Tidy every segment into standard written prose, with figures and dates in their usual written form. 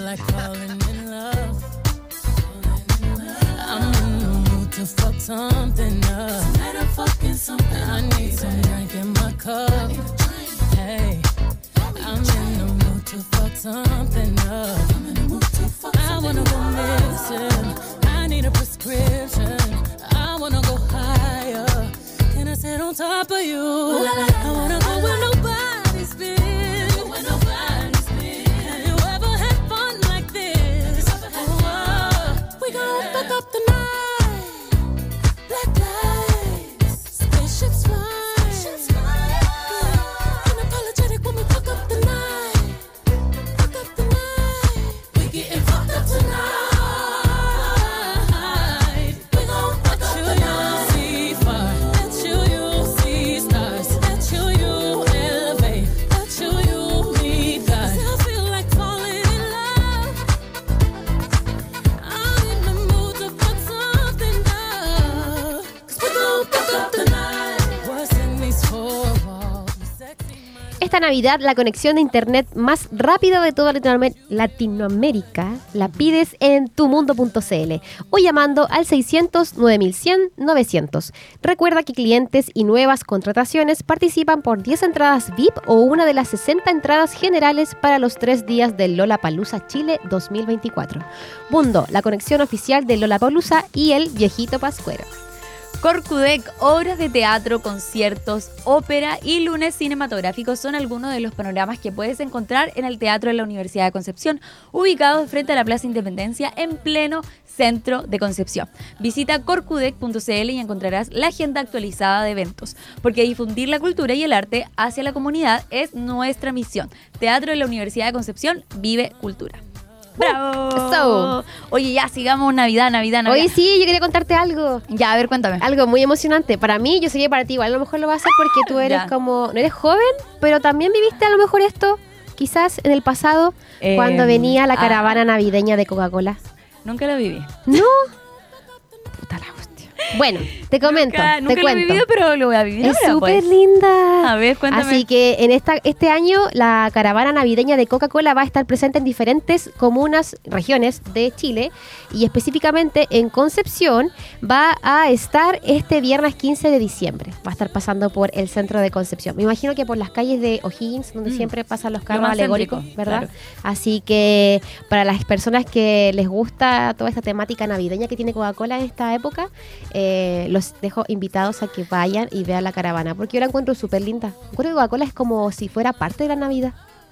like falling in love. I'm in the mood to fuck something up. I need some drink in my cup. Hey, I'm in the mood to fuck something up. I wanna go missing. I need a prescription. I wanna go higher. Can I sit on top of you? I wanna go where nobody's been. Have you ever had fun like this? We gon' fuck up the night. Black lights, spaceships fly. Unapologetic when we fuck up the night. Fuck up the night. We getting fucked up tonight. We gon' fuck up the night. See fire, let you see stars, let you elevate, let you meet God. 'Cause I feel like falling in love. I'm in the mood to fuck something up. 'Cause we gon' fuck up the night. What's in these four walls? Sexy mind. Esta Navidad, la conexión de internet más rápida de toda Latinoamérica la pides en tumundo.cl o llamando al 600 9100 900. Recuerda que clientes y nuevas contrataciones participan por 10 entradas VIP o una de las 60 entradas generales para los 3 días del Lollapalooza Chile 2024. Mundo, la conexión oficial de Lollapalooza y el Viejito Pascuero. Corcudec, obras de teatro, conciertos, ópera y lunes cinematográficos son algunos de los panoramas que puedes encontrar en el Teatro de la Universidad de Concepción, ubicados frente a la Plaza Independencia en pleno centro de Concepción. Visita corcudec.cl y encontrarás la agenda actualizada de eventos, porque difundir la cultura y el arte hacia la comunidad es nuestra misión. Teatro de la Universidad de Concepción, vive cultura. ¡Bravo! Eso. Oye, ya, sigamos Navidad. Oye, sí, yo quería contarte algo. Ya, a ver, cuéntame. Algo muy emocionante. Para mí, yo sé que para ti igual a lo mejor lo vas a hacer porque tú eres Ya. como... No eres joven, pero también viviste a lo mejor esto, quizás en el pasado, cuando venía la caravana navideña de Coca-Cola. Nunca lo viví. ¿No? Puta la hostia. Bueno, te comento, Nunca te lo he cuento. vivido, pero lo voy a vivir Es ahora, súper pues. linda. A ver, cuéntame. Así que en este año la caravana navideña de Coca-Cola va a estar presente en diferentes comunas, regiones de Chile y específicamente en Concepción va a estar este viernes 15 de diciembre. Va a estar pasando por el centro de Concepción. Me imagino que por las calles de O'Higgins, donde siempre pasan los carros más alegóricos, céntrico, ¿verdad? claro. Así que para las personas que les gusta toda esta temática navideña que tiene Coca-Cola en esta época, los dejo invitados a que vayan y vean la caravana, porque yo la encuentro súper linda. Encuentro que Coca-Cola es como si fuera parte de la Navidad.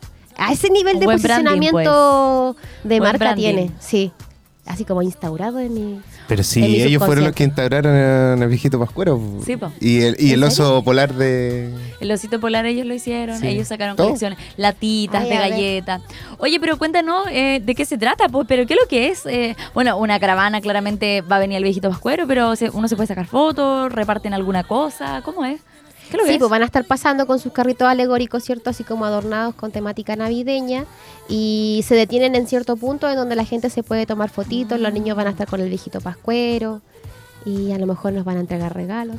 A ese nivel Un de buen branding, posicionamiento de Buen marca branding. tiene, sí. Así como instaurado en mi... Pero sí, en mi ellos fueron los subconsciente. que instauraron al viejito Pascuero. Sí, po. Y ¿En el oso polar de... El osito polar ellos lo hicieron, Sí. ellos sacaron ¿Todo? colecciones, latitas Ay, de a ver. galletas. Oye, pero cuéntanos de qué se trata, pues, pero qué es lo que es. Bueno, una caravana, claramente va a venir el viejito Pascuero, pero uno se puede sacar fotos, reparten alguna cosa, ¿cómo es? ¿Qué es lo que Sí, es? pues van a estar pasando con sus carritos alegóricos, ¿cierto? Así como adornados con temática navideña y se detienen en cierto punto en donde la gente se puede tomar fotitos, los niños van a estar con el viejito Pascuero y a lo mejor nos van a entregar regalos.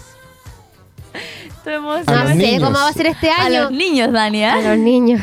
Estoy A No los sé niños. cómo va a ser este A año. los niños, Dania. A los niños.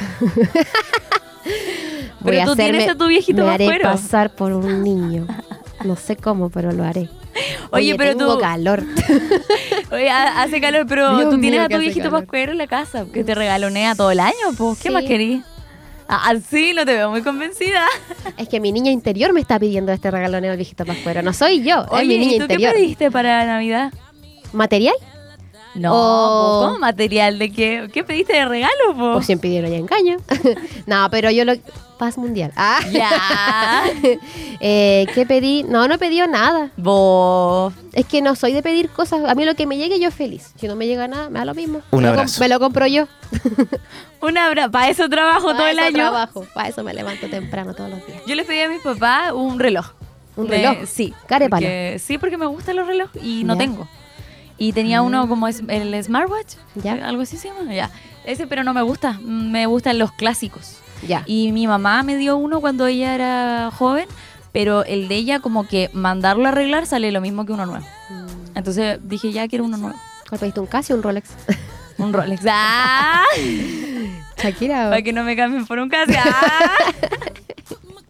Pero tú tienes a tu viejito me haré Pascuero. pasar por un niño. No sé cómo, pero lo haré. Oye, pero tengo tú- calor. Oye, hace calor, pero Dios tú tienes mío, a que tu hace viejito calor. Pascuero en la casa, que te regalonea todo el año, pues. ¿Qué Sí. más querís? Sí, no te veo muy convencida. Es que mi niño interior me está pidiendo este regaloneo del viejito Pascuero. No soy yo, es Oye, mi niño ¿y tú interior. qué pediste para Navidad? ¿Material? No, Oh. po, ¿cómo material? ¿De qué? ¿Qué pediste de regalo, po? O si pidieron ya engaño. No, pero yo lo... Paz mundial. Ah. Ya. ¿Qué pedí? No he pedido nada. Vos. Es que no soy de pedir cosas. A mí lo que me llegue yo feliz. Si no me llega nada, me da lo mismo. Un Me lo com- abrazo. Me lo compro yo. Un abrazo. Para eso trabajo todo Para el eso año. trabajo. Para eso me levanto temprano todos los días. Yo les pedí a mis papás un reloj. ¿Un reloj? Sí. Carépalo. Sí, porque me gustan los relojes y no Ya. tengo. Y tenía uno como el smartwatch. Ya. Algo así se llama. Ya. Ese, pero no me gusta. Me gustan los clásicos. Ya. Y mi mamá me dio uno cuando ella era joven, pero el de ella como que mandarlo a arreglar sale lo mismo que uno nuevo. Entonces dije, ya quiero uno nuevo. ¿Cuál pediste? ¿Un Casio o un Rolex? Un Rolex. ¡Ah! Shakira. Para que no me cambien por un Casio. ¡Ah!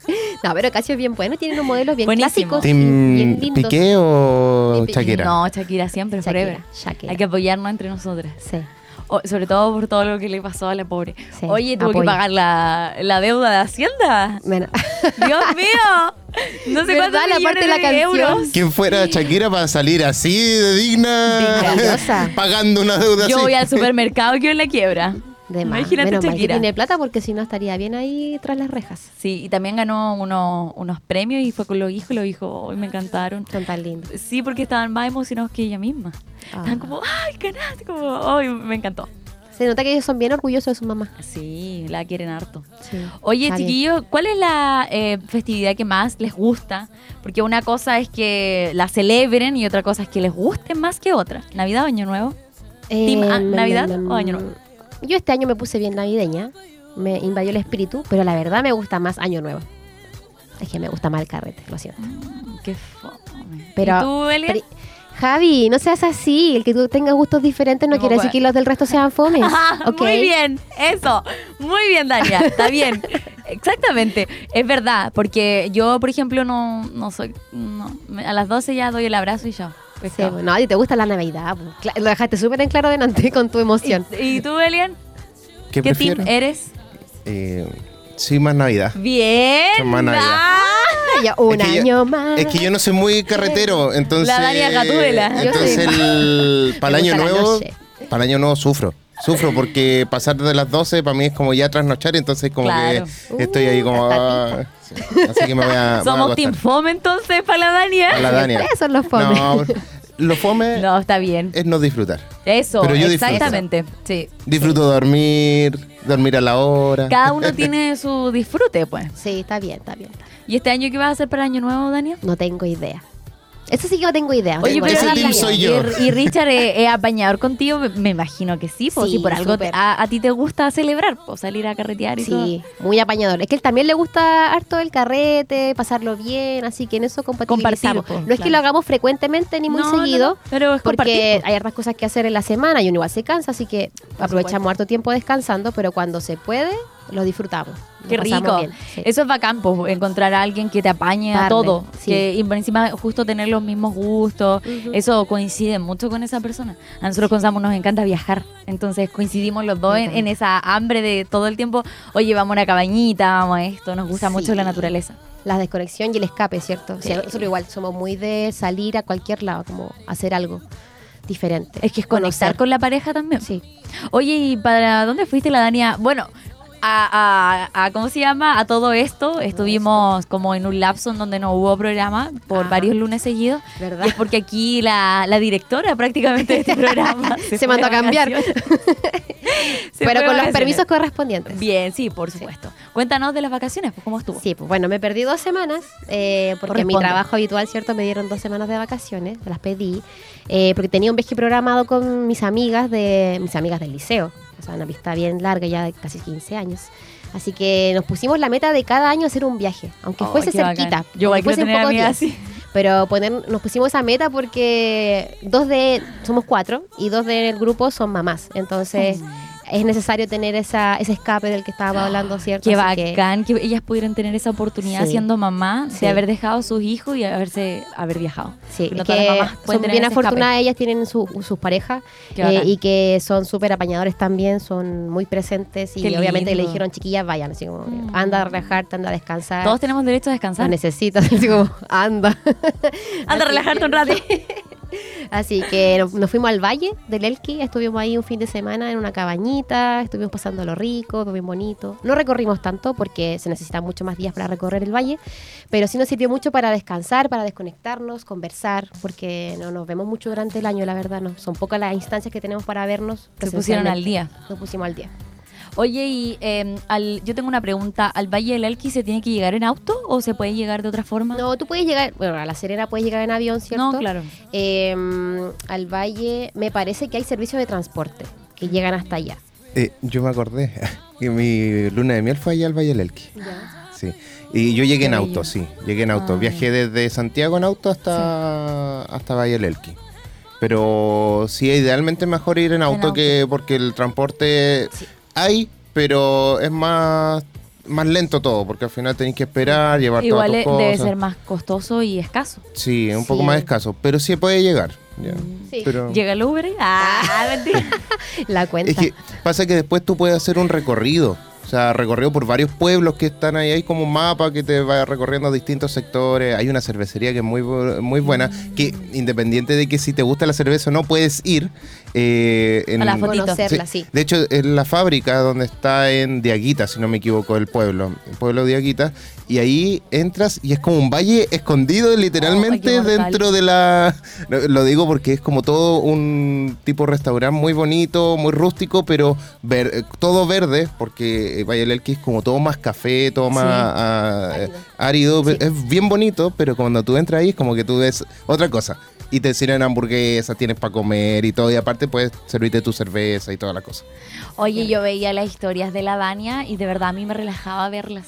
No, pero Casio es bien bueno, tiene unos modelos bien Buenísimo. clásicos y bien ¿Team lindos. Piqué o Team Shakira? No, Shakira siempre, forever. Shakira. Hay que apoyarnos entre nosotras. Sí. Sobre todo por todo lo que le pasó a la pobre. Sí, Oye, tuvo que apoyo. pagar la deuda de Hacienda. Bueno. Dios mío. No sé ¿Verdad? cuántos La millones parte de la canción. euros. ¿Quién fuera Shakira para salir así de digna? Grandiosa. Pagando una deuda Yo así. voy al supermercado y quedo en la quiebra. De más. Imagínate Menos mal que Shakira. tiene plata porque si no estaría bien ahí tras las rejas. Sí, y también ganó unos premios y fue con los hijos y los hijos hoy me encantaron. Son tan lindos. Sí, porque estaban más emocionados que ella misma. Ah. Estaban como, ¡ay, ganaste! Como, ¡ay, me encantó! Se nota que ellos son bien orgullosos de su mamá. Sí, la quieren harto. Sí, Oye, está bien. chiquillos, ¿cuál es la festividad que más les gusta? Porque una cosa es que la celebren y otra cosa es que les guste más que otra. ¿Navidad o Año Nuevo? ¿Team Navidad o Año Nuevo? Yo este año me puse bien navideña. Me invadió el espíritu, pero la verdad me gusta más Año Nuevo. Es que me gusta más el carrete, lo siento. Qué fome. Pero, ¿Y tú, Elia? pero- Javi, no seas así. El que tú tengas gustos diferentes no No, quiere decir bueno. que los del resto sean fomes. ¿Ok? Muy bien, eso. Muy bien, Dania. Está bien. Exactamente. Es verdad, porque yo, por ejemplo, no soy... a las 12 ya doy el abrazo y ya. Sí, Pescado. bueno, a ti te gusta la Navidad. Pues. Lo dejaste súper en claro delante con tu emoción. ¿Y tú, Elian? ¿Qué ¿Qué prefiero? team eres? Sí, más Navidad. Bien. Más Navidad. Ah, Ya, un Es que yo- año más. Es que yo no soy muy carretero, entonces... La Dania Gatúbela. Yo Entonces, soy- para el Me año gusta la nuevo... noche. Para el año nuevo sufro. Sufro porque pasar de las 12 para mí es como ya trasnochar, entonces como Claro. que estoy ahí como... hasta sí. Así que me voy a... Somos Team Fome entonces para la Dania. A la Dania. Ustedes son los fomes. No, lo fome No, está bien. es no disfrutar. Eso, Pero yo disfruto. exactamente. Sí. Disfruto dormir a la hora. Cada uno tiene su disfrute, pues. Sí, está bien, está bien. ¿Y este año qué vas a hacer para el Año Nuevo, Dania? No tengo idea. Eso sí que no tengo idea. Oye, Tengo pero ese idea. team soy yo. ¿Y Richard es apañador contigo? Me imagino que sí, pues Sí, si por algo súper. a ti te gusta celebrar, pues salir a carretear y todo. Sí, muy apañador. Es que él también le gusta harto el carrete, pasarlo bien, así que en eso compatibilizamos. Compartir, pues, No es que claro. lo hagamos frecuentemente ni muy No, no, seguido, no, pero es porque compartir, pues. hay hartas cosas que hacer en la semana y uno igual se cansa, así que aprovechamos harto tiempo descansando, pero cuando se puede, lo disfrutamos. Lo Qué pasamos rico. bien, sí. Eso es bacán, pues, encontrar a alguien que te apañe a Darle, todo. sí. Que, y por encima justo tener los mismos gustos. Ujú. Eso coincide mucho con esa persona. A nosotros con Samu nos encanta viajar. Entonces coincidimos los dos en esa hambre de todo el tiempo. Oye, vamos a una cabañita, vamos a esto. Nos gusta Sí. mucho la naturaleza. La desconexión y el escape, ¿cierto? O sea, nosotros igual somos muy de salir a cualquier lado, como hacer algo diferente. Es que es conectar Conocer. con la pareja también. Sí. Oye, ¿y para dónde fuiste, la Dania? Bueno, ¿cómo se llama? A todo esto, estuvimos como en un lapso en donde no hubo programa por Ah. varios lunes seguidos. ¿Verdad? Y es porque aquí la directora prácticamente de este programa Se fue mandó de a cambiar. vacaciones. Se Pero fue de con los vacaciones. permisos correspondientes. Bien, sí, por supuesto. Cuéntanos de las vacaciones, pues, ¿cómo estuvo? Sí, pues bueno, me perdí 2 semanas porque en mi Corresponde. trabajo habitual, ¿cierto? Me dieron 2 semanas de vacaciones, me las pedí, porque tenía un viaje programado con mis amigas del liceo, o sea, una vista bien larga, ya de casi 15 años. Así que nos pusimos la meta de cada año hacer un viaje, aunque Ay, fuese qué bacán. cerquita, Yo igual aunque quiero fuesen tener pocos amigas días. así. Pero nos pusimos esa meta porque somos 4 y 2 del grupo son mamás. Entonces es necesario tener ese escape del que estábamos hablando, ¿cierto? Qué Así que- bacán que ellas pudieran tener esa oportunidad Sí. siendo mamá Sí. de haber dejado a sus hijos y haber viajado. Sí, No es todas las que mamás pueden son tener bien ese escape. afortunadas, ellas tienen sus parejas Qué bacán. y que son súper apañadores también, son muy presentes y Qué obviamente lindo. le dijeron, chiquillas, vayan, así como, anda a relajarte, anda a descansar. Todos tenemos derecho a Lo descansar. necesitas, así como, anda. Anda a relajarte un rato. Así que nos fuimos al valle del Elqui, estuvimos ahí un fin de semana en una cabañita, estuvimos pasando lo rico, bien bonito. No recorrimos tanto porque se necesitan mucho más días para recorrer el valle, pero sí nos sirvió mucho para descansar, para desconectarnos, conversar, porque no nos vemos mucho durante el año, la verdad, no. Son pocas las instancias que tenemos para vernos. Se pusieron al día. Nos pusimos al día. Oye, y yo tengo una pregunta. ¿Al Valle del Elqui se tiene que llegar en auto o se puede llegar de otra forma? No, tú puedes llegar, bueno, a La Serena puedes llegar en avión, ¿cierto? No, claro. Al valle me parece que hay servicios de transporte que llegan hasta allá. Yo me acordé que mi luna de miel fue allá al Valle del Elqui. Sí. Y yo llegué en Qué auto, bello. sí. Llegué en auto. Ah. Viajé desde Santiago en auto hasta Valle del Elqui. Pero sí, idealmente es mejor ir en auto, auto. porque el transporte Sí. hay, pero es más más lento todo, porque al final tenés que esperar, llevar todas Igual tus cosas. debe ser más costoso y escaso. Sí, un poco Sí. más escaso, pero sí puede llegar. Ya. Sí. Pero Llega el Uber y... mentira. La cuenta. es que pasa que después tú puedes hacer un recorrido. O sea, recorrido por varios pueblos que están ahí. Hay como un mapa que te va recorriendo distintos sectores. Hay una cervecería que es muy buena. Que independiente de que si te gusta la cerveza o no, puedes ir. A la fotito. Conocerla, sí. De hecho, es la fábrica donde está en Diaguita, si no me equivoco, el pueblo de Diaguita. Y ahí entras y es como un valle escondido literalmente qué mortal. dentro de la... Lo digo porque es como todo un tipo restaurante muy bonito, muy rústico, pero todo verde, porque Valle del Elqui es como todo más café, todo más árido. Sí. Es bien bonito, pero cuando tú entras ahí es como que tú ves otra cosa. Y te sirven hamburguesas, tienes para comer y todo. Y aparte puedes servirte tu cerveza y toda la cosa. Oye, yo veía las historias de la Dania y de verdad a mí me relajaba verlas.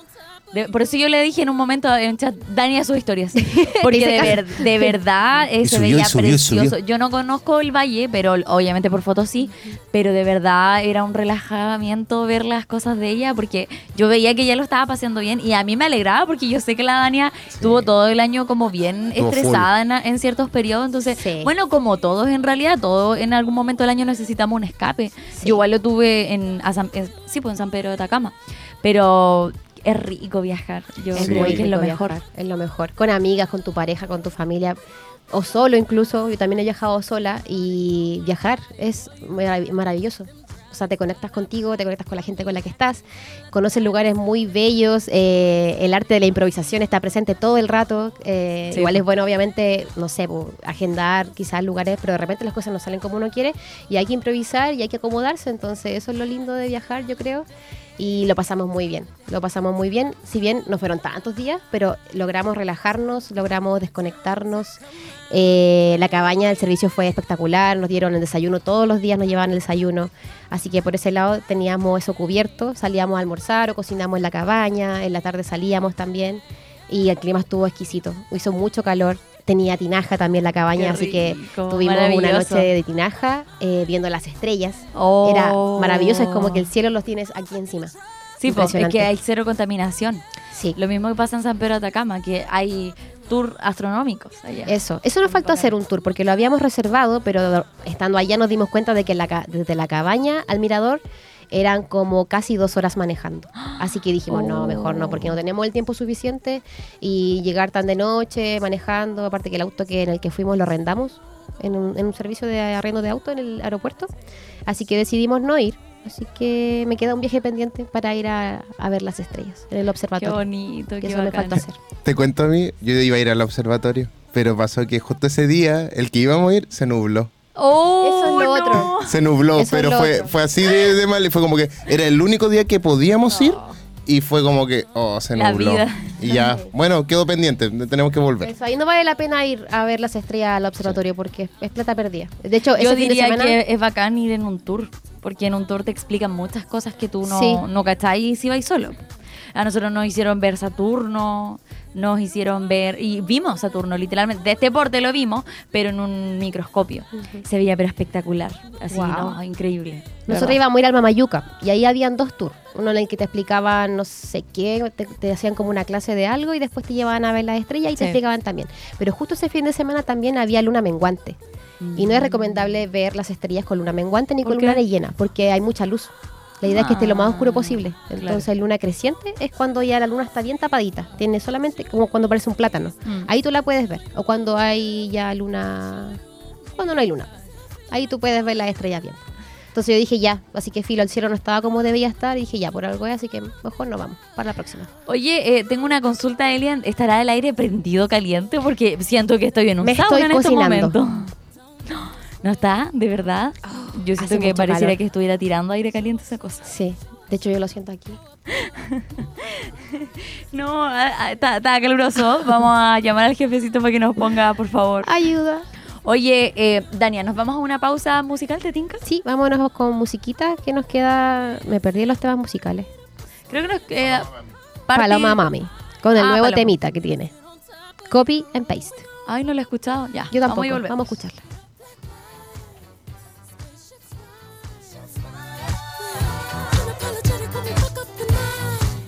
Por eso yo le dije en un momento en el chat, Dania sus historias. Porque de verdad Y se subió, veía y subió, y precioso. subió. Yo no conozco el valle, pero obviamente por fotos sí. Pero de verdad era un relajamiento ver las cosas de ella porque yo veía que ella lo estaba pasando bien y a mí me alegraba porque yo sé que la Dania estuvo todo el año como bien Estuvo estresada en ciertos periodos. Entonces, Sí. bueno, como todos en realidad, todos en algún momento del año necesitamos un escape. Sí. Yo igual lo tuve en San Pedro de Atacama. Pero es rico viajar. Yo Es creo muy que es lo rico mejor. viajar, es lo mejor. Con amigas, con tu pareja, con tu familia, o solo incluso. Yo también he viajado sola y viajar es maravilloso. O sea, te conectas contigo, te conectas con la gente con la que estás, conoces lugares muy bellos, el arte de la improvisación está presente todo el rato. Sí. Igual es bueno, obviamente, no sé, agendar quizás lugares, pero de repente las cosas no salen como uno quiere y hay que improvisar y hay que acomodarse. Entonces, eso es lo lindo de viajar, yo creo. Y lo pasamos muy bien, si bien no fueron tantos días, pero logramos relajarnos, logramos desconectarnos. La cabaña del servicio fue espectacular, nos dieron el desayuno, todos los días nos llevaban el desayuno, así que por ese lado teníamos eso cubierto, salíamos a almorzar o cocinamos en la cabaña, en la tarde salíamos también y el clima estuvo exquisito, hizo mucho calor. Tenía tinaja también la cabaña, Qué así que rico, tuvimos una maravilloso. noche de tinaja viendo las estrellas. Oh. Era maravilloso, es como que el cielo los tienes aquí encima. Sí, po, es Impresionante. que hay cero contaminación. Sí, Lo mismo que pasa en San Pedro de Atacama, que hay tours astronómicos allá. eso nos faltó hacer un tour porque lo habíamos reservado, pero estando allá nos dimos cuenta de que desde la cabaña al mirador eran como casi 2 horas manejando. Así que dijimos, no, mejor no, porque no tenemos el tiempo suficiente y llegar tan de noche manejando, aparte que el auto en el que fuimos lo arrendamos en un servicio de arriendo de auto en el aeropuerto. Así que decidimos no ir. Así que me queda un viaje pendiente para ir a ver las estrellas en el Qué observatorio. bonito, Que qué eso me bacán. falta hacer. Te cuento a mí, yo iba a ir al observatorio, pero pasó que justo ese día, el que íbamos a ir, se nubló. Oh, Eso es lo no. otro. Se nubló, Eso es pero lo fue, otro. fue así de mal. Y fue como que era el único día que podíamos ir y fue como que, se La nubló. vida. Y ya, bueno, quedó pendiente, tenemos que volver. Eso, ahí no vale la pena ir a ver las estrellas al observatorio porque es plata perdida. De hecho, Yo ese fin de diría semana, que es bacán ir en un tour, porque en un tour te explican muchas cosas que tú Sí. no cacháis si vais solo. A nosotros nos hicieron ver Saturno, nos hicieron ver, y vimos Saturno literalmente, de este porte lo vimos, pero en un microscopio. Se veía pero espectacular, así, Wow. ¿no? Increíble. nosotros ¿verdad? íbamos a ir al Mamayuca y ahí habían 2 tours. Uno en el que te explicaban no sé qué, te hacían como una clase de algo y después te llevaban a ver las estrellas y te Sí. explicaban también. Pero justo ese fin de semana también había luna menguante. Y no es recomendable ver las estrellas con luna menguante ni ¿Por con qué? luna llena porque hay mucha luz. La idea es que esté lo más oscuro posible. Claro. Entonces, luna creciente es cuando ya la luna está bien tapadita. Tiene solamente como cuando parece un plátano. Mm. Ahí tú la puedes ver. O cuando hay ya luna. Cuando no hay luna. Ahí tú puedes ver las estrellas bien. Entonces yo dije ya. Así que filo, el cielo no estaba como debía estar. Y dije ya, por algo es. Así que mejor no vamos. Para la próxima. Oye, tengo una consulta, Elian. ¿Estará el aire prendido caliente? Porque siento que estoy en un Me sauna estoy en estos cocinando. momentos. ¿No está? ¿De verdad? Yo siento hace que mucho pareciera calor. que estuviera tirando aire caliente esa cosa. Sí. De hecho, yo lo siento aquí. No, está caluroso. Vamos a llamar al jefecito para que nos ponga, por favor. Ayuda. Oye, Dania, ¿nos vamos a una pausa musical, te tinca? Sí, vámonos con musiquita que nos queda. Me perdí en los temas musicales. Creo que nos queda... Paloma Mami. Con el nuevo Paloma. temita que tiene. Copy and paste. Ay, no lo he escuchado. Ya, Yo tampoco. vamos y volvemos. Vamos a escucharla. Unapologetic when we fuck up the night.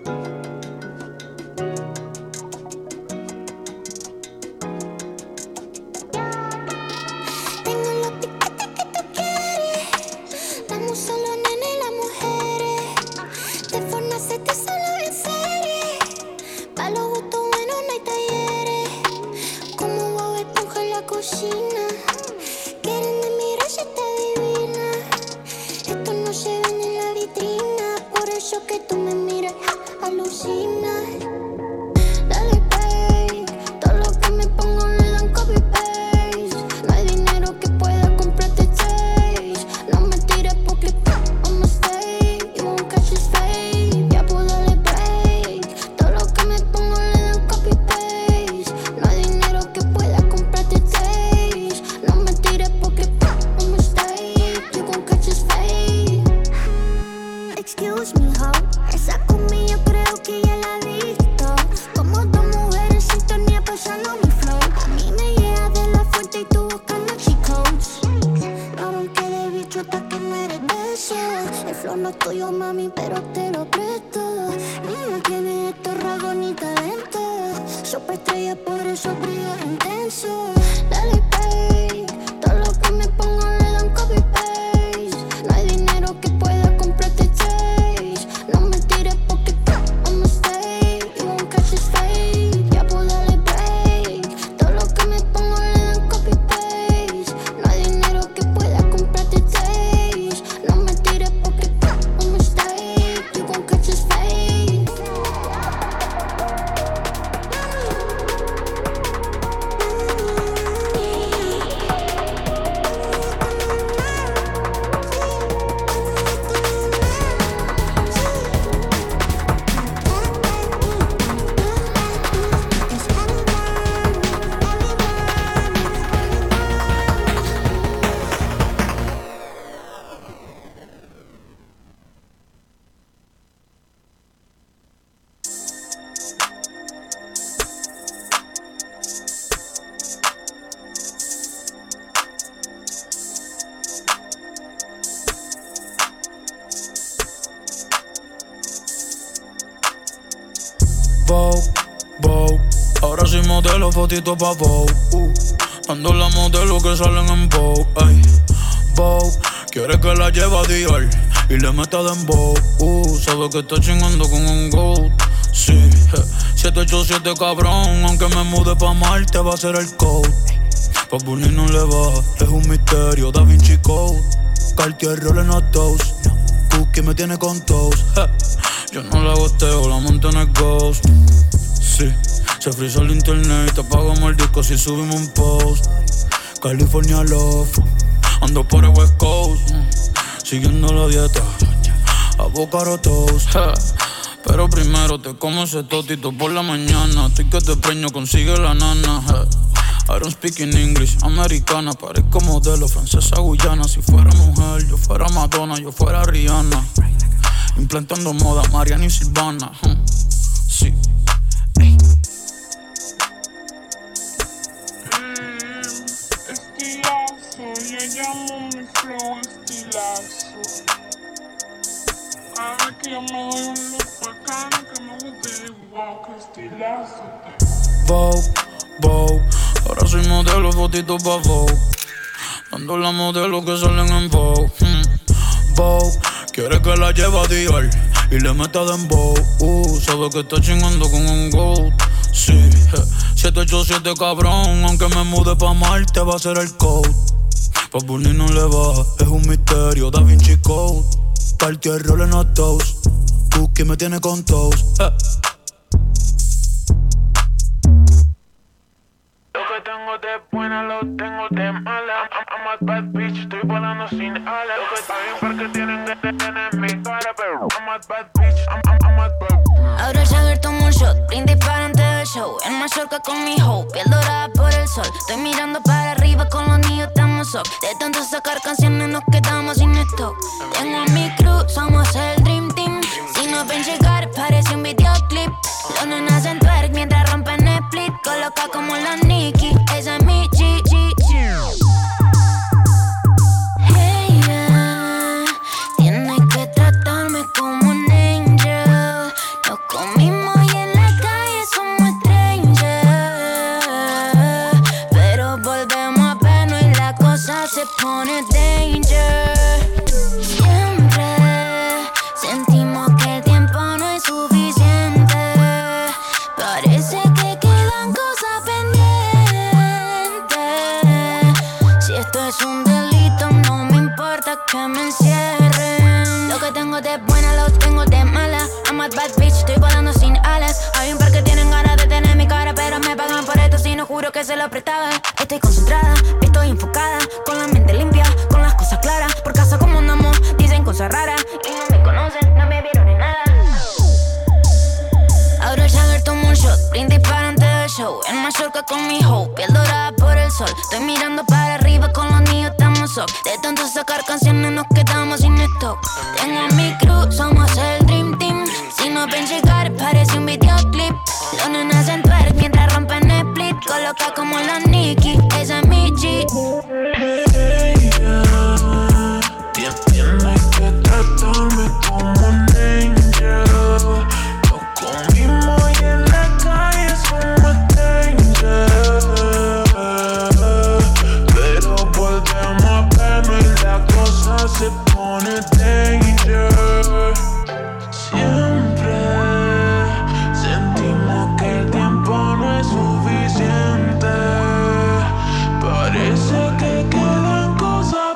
Ahora soy modelo, fotito pa' Vogue. Ando la modelo que salen en Vogue. Ay, Vogue, quiere que la lleve a Dior y le meta dembow. Sabe que está chingando con un GOAT. Sí, 787 cabrón, aunque me mude pa' Marte va a ser el code. Pa' Bunny no le va, es un misterio, Da Vinci Code. Cartier rolling a toast, Cookie me tiene con toast. Yo no la gosteo, la monto en el Ghost. Sí, se frisa el internet y te apagamos el disco si subimos un post. California Love, ando por el West Coast, siguiendo la dieta, avocado toast. Pero primero te como ese totito por la mañana. Estoy que te preño, consigue la nana. I don't speak in English, americana. Parezco modelo, francesa, guyana. Si fuera mujer, yo fuera Madonna, yo fuera Rihanna. Implantando moda, Mariana y Silvana. Sí. Estilazo, yo llamo mi flow estilazo. Cada que yo me doy un look bacano que me guste igual que estilazo. Vogue, ahora soy modelo, fotito pa' Vogue. Dando la modelo que salen en Vogue. Vogue, quiere que la lleve a Dior y le meta dembow. Sabe que está chingando con un GOAT. Sí, 787 cabrón, aunque me mude pa' Marte va a ser el code. Pa' Bunny no le va, es un misterio, Da Vinci Code. Cartier rolling a toast, Cookie me tiene con toast. Lo que tengo de buena lo tengo de mala. I'm a bad bitch, estoy volando sin alas. Lo que está bien porque tienen que tener mi cara, pero I'm a bad bitch, I'm a bad. Ahora Jagger toma un shot, brindis para antes del show. En Mallorca con mi hoe, piel dorada por el sol. Estoy mirando para arriba con los niños, estamos up. De tanto sacar canciones nos quedamos sin stock. Tengo a mi crew, somos el Dream Team. Si no ven llegar, parece un videoclip. Los nenas hacen twerk mientras rompen el split. Coloca como los Nicki, esa es mi G. Hey, yeah. Tienes que tratarme como un angel, no como más bad bitch, estoy volando sin alas. Hay un par que tienen ganas de tener mi cara, pero me pagan por esto, si no juro que se lo prestaba. Estoy concentrada, estoy enfocada, con la mente limpia, con las cosas claras. Por casa como andamos, dicen cosas raras. Y no me conocen, no me vieron en nada. Abro el Jagger, tomo un shot, brindis para antes del show. En Mallorca con mi hoe, piel dorada por el sol. Estoy mirando para arriba, con los niños estamos up. De tanto sacar canciones nos quedamos sin stock. Tengo mi crew, somos el Dream Team. Si no ven llegar, parece un videoclip. Los nenas en twerk mientras rompen el split. Coloca como la Nicki, esa es mi G. Tienes que tratarme como un angel. Nos comimos y en la calle somos danger. Pero volvemos a vernos y la cosa se pone danger. Siempre sentimos que el tiempo no es suficiente. Parece que quedan cosas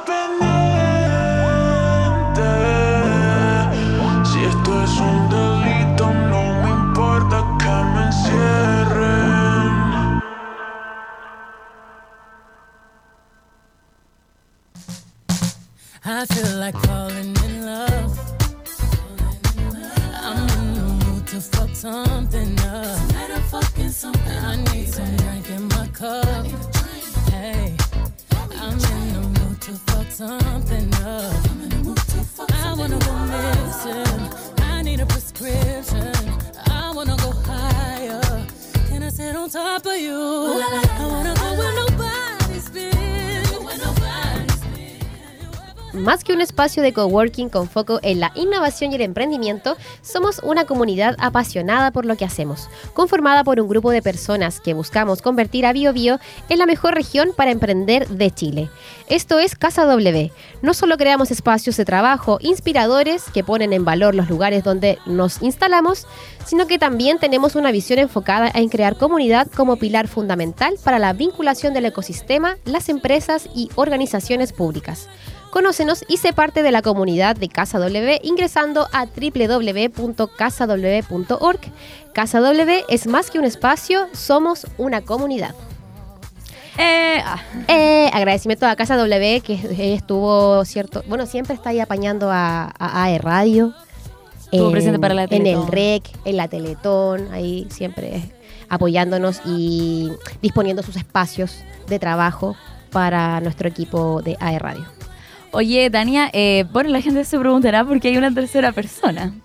pendientes. Si esto es un delito, no me importa que me encierren. I feel like falling in love. I'm in the mood to fuck something up. I need some drink in my cup. Hey, I'm in the mood to fuck something up. I wanna go missing. I need a prescription. I wanna go higher. Can I sit on top of you? I wanna go where nobody's been. Más que un espacio de coworking con foco en la innovación y el emprendimiento, somos una comunidad apasionada por lo que hacemos, conformada por un grupo de personas que buscamos convertir a Biobío en la mejor región para emprender de Chile. Esto es Casa W. No solo creamos espacios de trabajo inspiradores que ponen en valor los lugares donde nos instalamos, sino que también tenemos una visión enfocada en crear comunidad como pilar fundamental para la vinculación del ecosistema, las empresas y organizaciones públicas. Conócenos y sé parte de la comunidad de Casa W ingresando a www.casaw.org. Casa W es más que un espacio, somos una comunidad. Agradecimiento a Casa W que estuvo cierto, bueno, siempre está ahí apañando a AE Radio. Estuvo presente para la Teletón. En el REC, en la Teletón, ahí siempre apoyándonos y disponiendo sus espacios de trabajo para nuestro equipo de AE Radio. Oye, Tania, bueno, la gente se preguntará por qué hay una tercera persona.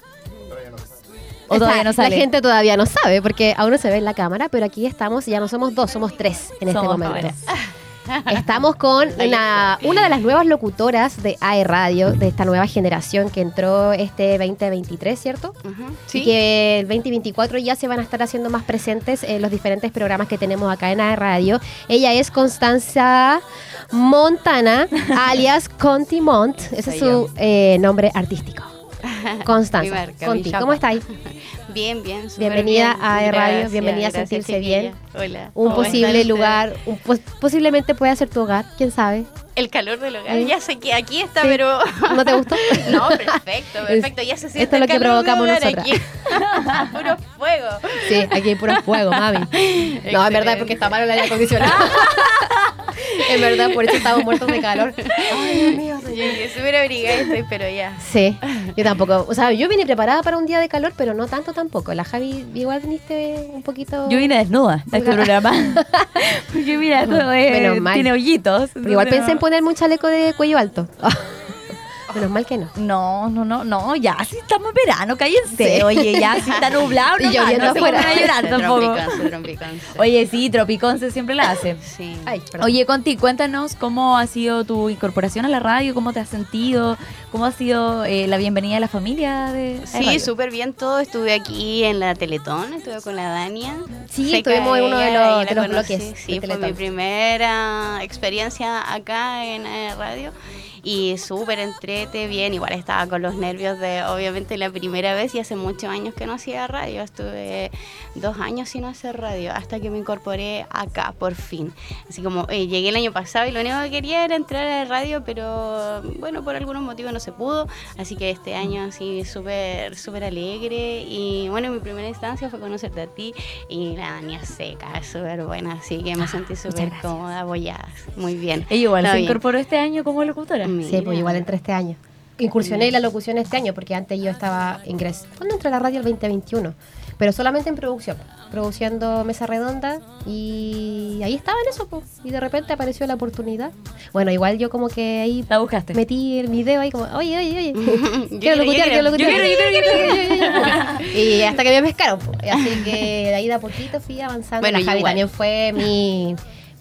¿O todavía no sale? La gente todavía no sabe porque aún no se ve en la cámara, pero aquí estamos, ya no somos dos, somos tres en este momento. Ahora. Estamos con una de las nuevas locutoras de AE Radio, de esta nueva generación que entró este 2023, ¿cierto? Sí. Y que el 2024 ya se van a estar haciendo más presentes en los diferentes programas que tenemos acá en AE Radio. Ella es Constanza Montana, alias Conti Mont. Ese es su nombre artístico. Constanza, Mi marca, Conti, mi chapa. ¿cómo estáis? Bien, bien. súper Bienvenida bien. a AE Radio, Gracias, bienvenida a gracias, sentirse chiquilla. bien. Hola. Un ¿cómo posible están lugar, posiblemente pueda ser tu hogar, quién sabe. ustedes? El calor del hogar. ¿Eh? Ya sé que aquí está, Sí. pero... ¿No te gustó? No, perfecto, perfecto. Ya se siente Esto es lo el que calor provocamos del hogar nosotras. aquí. Puro fuego. Sí, aquí hay puro fuego, mami. No, en verdad, porque está malo el aire acondicionado. En verdad, por eso estamos muertos de calor. Ay, Dios mío. Yo súper abrigada estoy, pero ya. Sí, yo tampoco. O sea, yo vine preparada para un día de calor, pero no tanto tampoco. La Javi, igual viniste un poquito... Yo vine desnuda a este programa. Porque mira, todo Menos mal. tiene hoyitos. Pero igual entonces pensé en ponerme un chaleco de cuello alto. Menos mal que no. No, ya, si estamos en verano, cállense. Sí. Oye, ya, si está nublado, Y no, lloviendo no se afuera. pongan a llorar tampoco. Tropiconce. Oye, sí, Tropiconce siempre la hace. Sí. Ay, perdón. Oye, Conti, cuéntanos cómo ha sido tu incorporación a la radio, cómo te has sentido, cómo ha sido la bienvenida de la familia de Sí, radio. súper bien todo. Estuve aquí en la Teletón, estuve con la Dania. Sí, Sé que estuvimos en uno de ella, los- ahí de la los conocí. bloques Sí, de fue mi Teletón. primera experiencia acá en radio. y súper entrete, bien. Igual estaba con los nervios de, obviamente, la primera vez y hace muchos años que no hacía radio. Estuve 2 años sin hacer radio hasta que me incorporé acá, por fin. Así como llegué el año pasado y lo único que quería era entrar a la radio, pero bueno, por algunos motivos no se pudo. Así que este año así súper, súper alegre. Y bueno, mi primera instancia fue conocerte a ti y la Dania Seca, es súper buena. Así que me sentí súper cómoda, apoyada. Muy bien. Ella igual Está se bien. incorporó este año como locutora. Sí, pues igual entré este año. Incursioné en la locución este año porque antes yo estaba ¿Cuándo entré a la radio? El 2021. Pero solamente en producción, produciendo Mesa Redonda, y ahí estaba en eso, pues. Y de repente apareció la oportunidad. Bueno, igual yo como que ahí La buscaste. metí el video ahí como, oye, Yo quiero locutear. quiero. Y hasta que me pescaron, pues. Así que de ahí de a poquito fui avanzando. Bueno, La Javi igual. también fue mi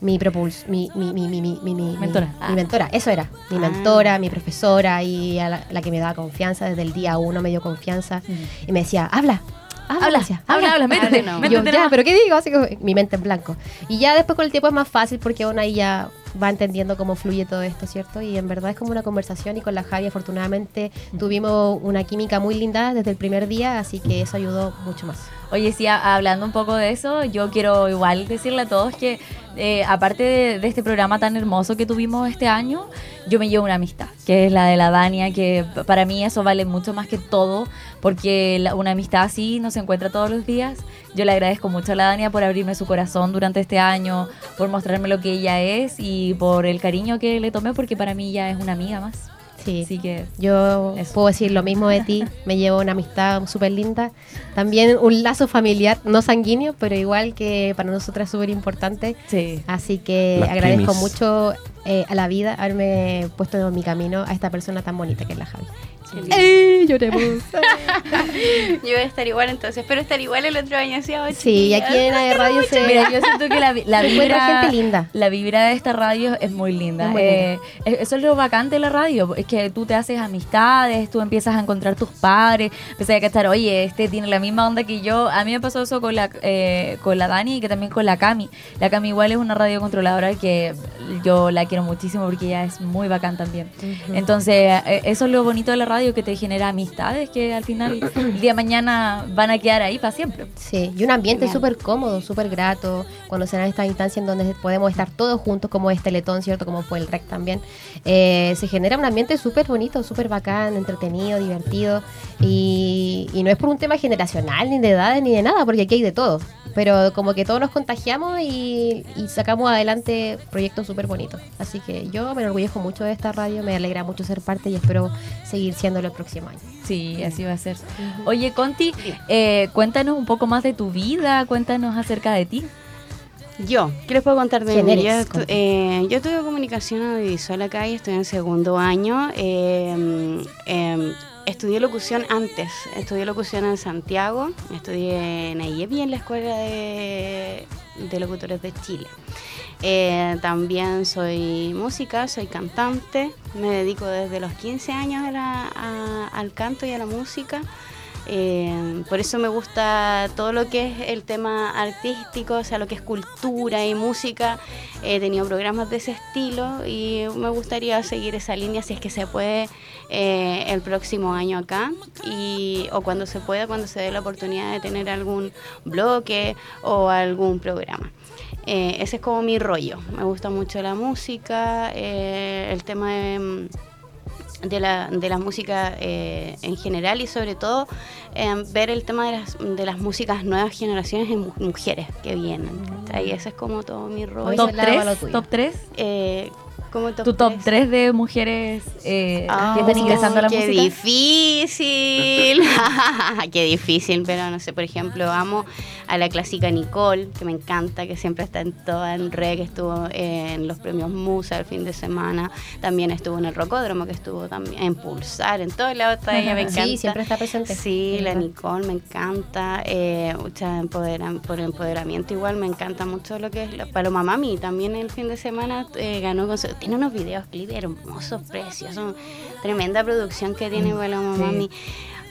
Mentora. Mi mentora, eso era. Mi mentora, mi profesora y a la que me daba confianza desde el día 1, me dio confianza. Y me decía, habla, decía, métete, no. Y yo, ya, pero ¿qué digo? Así que mi mente en blanco. Y ya después con el tiempo es más fácil porque uno ahí ya va entendiendo cómo fluye todo esto, ¿cierto? Y en verdad es como una conversación, y con la Javi afortunadamente tuvimos una química muy linda desde el primer día, así que eso ayudó mucho más. Oye, sí, hablando un poco de eso, yo quiero igual decirle a todos que aparte de este programa tan hermoso que tuvimos este año, yo me llevo una amistad, que es la de la Dania, que para mí eso vale mucho más que todo, porque una amistad así no se encuentra todos los días. Yo le agradezco mucho a la Dania por abrirme su corazón durante este año, por mostrarme lo que ella es y por el cariño que le tomé, porque para mí ya es una amiga más. Sí, Así que yo eso. puedo decir lo mismo de ti, me llevo una amistad súper linda, también un lazo familiar, no sanguíneo, pero igual que para nosotras es súper importante, sí. así que Las agradezco primis. mucho a la vida haberme puesto en mi camino a esta persona tan bonita que es la Javi. Lloremos. Yo voy a estar igual entonces, espero estar igual el otro año. Sí, y aquí en la radio se Mira, yo siento que la encuentra vibra, gente linda. la vibra de esta radio es muy linda. Es muy linda. Eso es lo bacán de la radio, es que tú te haces amistades, tú empiezas a encontrar tus padres, empiezas a cachar, oye, este tiene la misma onda que yo. A mí me pasó eso con la Dani y que también con la Cami. La Cami igual es una radio controladora que yo la quiero muchísimo porque ella es muy bacán también. Entonces, eso es lo bonito de la radio, que te genera amistades que al final el día de mañana van a quedar ahí para siempre. Sí, y un ambiente Genial. súper cómodo, súper grato, cuando se dan estas instancias en donde podemos estar todos juntos, como es Teletón, ¿cierto? Como fue el REC también. Se genera un ambiente súper bonito, súper bacán, entretenido, divertido, y no es por un tema generacional, ni de edades, ni de nada, porque aquí hay de todo. Pero como que todos nos contagiamos y sacamos adelante proyectos súper bonitos. Así que yo me enorgullezco mucho de esta radio, me alegra mucho ser parte y espero seguir siéndolo el próximo año. Sí, así va a ser. Oye, Conti, cuéntanos un poco más de tu vida, cuéntanos acerca de ti. Yo, ¿qué les puedo contar de ¿Quién mí? eres, Yo, Conti? yo estudio comunicación audiovisual acá y estoy en segundo año. Estudié locución antes, estudié locución en Santiago, estudié en AIEP y en la Escuela de Locutores de Chile. También soy música, soy cantante, me dedico desde los 15 años al canto y a la música. Por eso me gusta todo lo que es el tema artístico, o sea, lo que es cultura y música. He tenido programas de ese estilo y me gustaría seguir esa línea si es que se puede el próximo año acá, o cuando se pueda, cuando se dé la oportunidad de tener algún bloque o algún programa. Ese es como mi rollo. Me gusta mucho la música, el tema de la música en general, y sobre todo ver el tema de las músicas nuevas generaciones en mujeres que vienen. Y ese es como todo mi rollo. ¿Top ese lado va lo 3? tuyo. ¿Top 3? ¿Cómo ¿Tu top 3 de mujeres que están ingresando a la qué música? difícil. Qué difícil, pero no sé, por ejemplo, amo a la clásica Nicole, que me encanta, que siempre está en toda en REC, estuvo en los premios Musa el fin de semana, también estuvo en el Rocódromo, que estuvo también en Pulsar, en todos lados está ella, me encanta. Sí, siempre está presente. Sí, Es la verdad. Nicole me encanta, por empoderamiento igual me encanta mucho lo que es la Paloma Mami, también el fin de semana ganó tiene unos videoclips hermosos, preciosos, tremenda producción que tiene Paloma sí. Mami.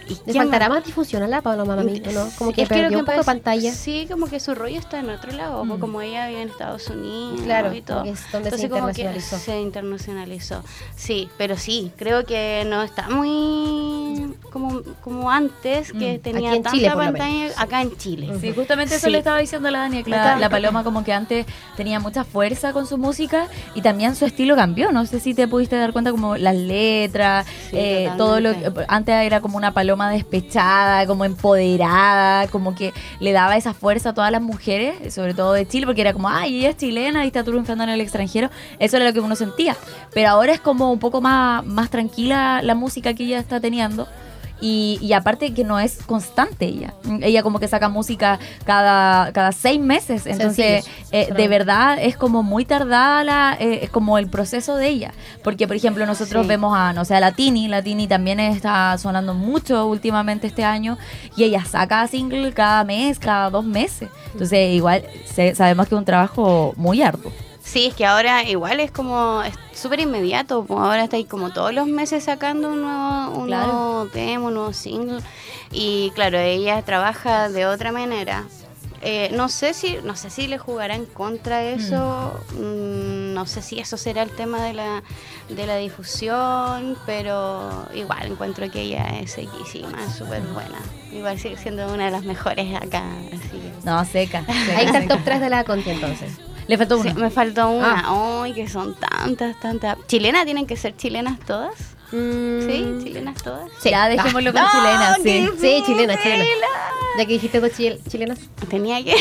¿Y ¿Le quién faltará más? más difusión a la Paloma Mamito, no? Como que Es creo perdió un poco de pasa- pantalla. Sí, como que su rollo está en otro lado, pues como ella vive en Estados Unidos Claro, y todo. como que es donde se Entonces como que internacionalizó. se internacionalizó. Sí, pero sí, creo que no está muy como antes, que tenía Aquí en tanta Chile, por lo pantalla acá en Chile. Sí, justamente eso Sí. le estaba diciendo a la Dani, que Acá. la Paloma como que antes tenía mucha fuerza con su música y también su estilo cambió. No sé si te pudiste dar cuenta como las letras, Sí, todo lo totalmente. antes era como una Paloma despechada, como empoderada, como que le daba esa fuerza a todas las mujeres, sobre todo de Chile, porque era como, ay, ella es chilena y está triunfando en el extranjero. Eso era lo que uno sentía. Pero ahora es como un poco más tranquila la música que ella está teniendo. Y aparte que no es constante ella. Ella como que saca música cada 6 meses. Entonces, Sencillos. de verdad es como muy tardada como el proceso de ella. Porque, por ejemplo, nosotros Sí. vemos a, no sé, a la Tini. La Tini también está sonando mucho últimamente este año. Y ella saca single cada mes, cada 2 meses. Entonces, igual sabemos que es un trabajo muy arduo. Sí, es que ahora igual es como es súper inmediato, pues ahora está ahí como todos los meses sacando un Claro. nuevo tema, un nuevo single, y claro, ella trabaja de otra manera. No sé si le jugará en contra eso, no sé si eso será el tema de la difusión, pero igual encuentro que ella es sequísima, es súper buena, igual sigue siendo una de las mejores acá, así que... No, seca. Ahí está el top 3 de la Conti entonces. Le faltó Sí, uno. me faltó una. Ay, que son tantas. ¿Chilenas tienen que ser chilenas todas? Sí, chilenas todas. Sí. Ya dejémoslo con No, chilenas, sí. qué Sí, chilena. pela. Ya que dijiste dos chilenas. Tenía que.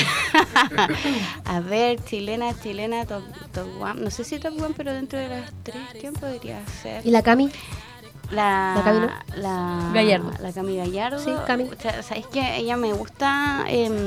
A ver, chilena, top one. No sé si top one, pero dentro de las 3, ¿quién podría ser? ¿Y la Cami? La Cami, ¿no? Gallardo. La Cami Gallardo. Sí, Cami. O sea, ¿sabes qué? Ella me gusta.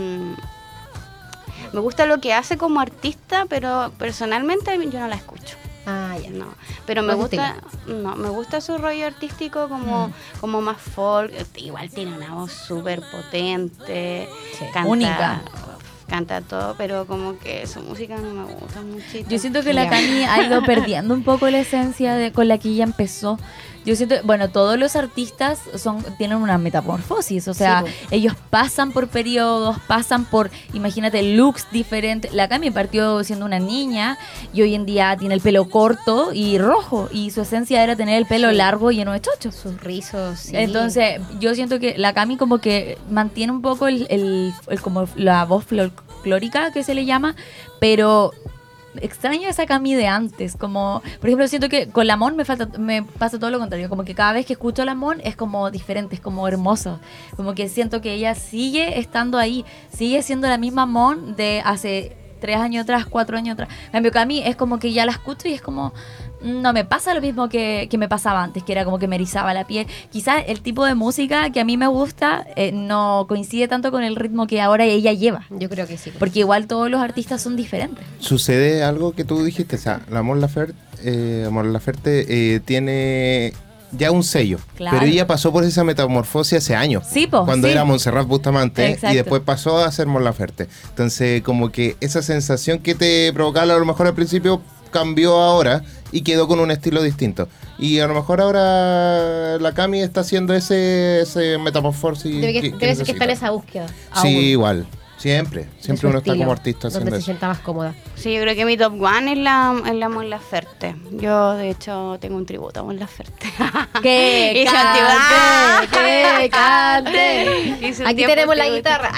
Me gusta lo que hace como artista, pero personalmente yo no la escucho. Ah, ya. No, pero me No es tu gusta, no, me gusta su rollo artístico como más folk. Igual tiene una voz súper potente, canta, Única. canta todo, pero como que su música no me gusta muchito. Yo siento que la Cami ha ido perdiendo un poco la esencia con la que ella empezó. Yo siento, bueno, todos los artistas tienen una metamorfosis, o sea, Sí, pues. ellos pasan por periodos, pasan por, imagínate, looks diferentes. La Cami partió siendo una niña y hoy en día tiene el pelo corto y rojo, y su esencia era tener el pelo largo y lleno de chochos. Sus rizos, sí. Entonces, yo siento que la Cami como que mantiene un poco como la voz folclórica que se le llama, pero extraño esa Cami de antes, como por ejemplo siento que con la Mon me pasa todo lo contrario, como que cada vez que escucho a la Mon es como diferente, es como hermoso, como que siento que ella sigue estando ahí, sigue siendo la misma Mon de hace 3 años atrás, 4 años atrás. En cambio, Cami es como que ya la escucho y es como, no me pasa lo mismo que me pasaba antes, que era como que me erizaba la piel. Quizás el tipo de música que a mí me gusta no coincide tanto con el ritmo que ahora ella lleva. Yo creo que sí. Porque igual todos los artistas son diferentes. Sucede algo que tú dijiste, o sea, la Mon Laferte tiene ya un sello, Claro. pero ella pasó por esa metamorfosis hace años. Sí, po, cuando sí. era Montserrat Bustamante Exacto. y después pasó a ser Mon Laferte. Entonces, como que esa sensación que te provocaba a lo mejor al principio cambió ahora y quedó con un estilo distinto. Y a lo mejor ahora la Cami está haciendo ese metamorfosis. Debe ser que está en necesita. esa búsqueda. Sí, igual. Siempre de su uno está estilo, como artista haciendo donde se eso. sienta más cómoda. Sí, yo creo que mi top one es la Mon Laferte. Yo, de hecho, tengo un tributo a Mon Laferte. ¡Que Hice cante! ¡Que cante! Hice un Aquí tiempo tenemos la tributo. guitarra.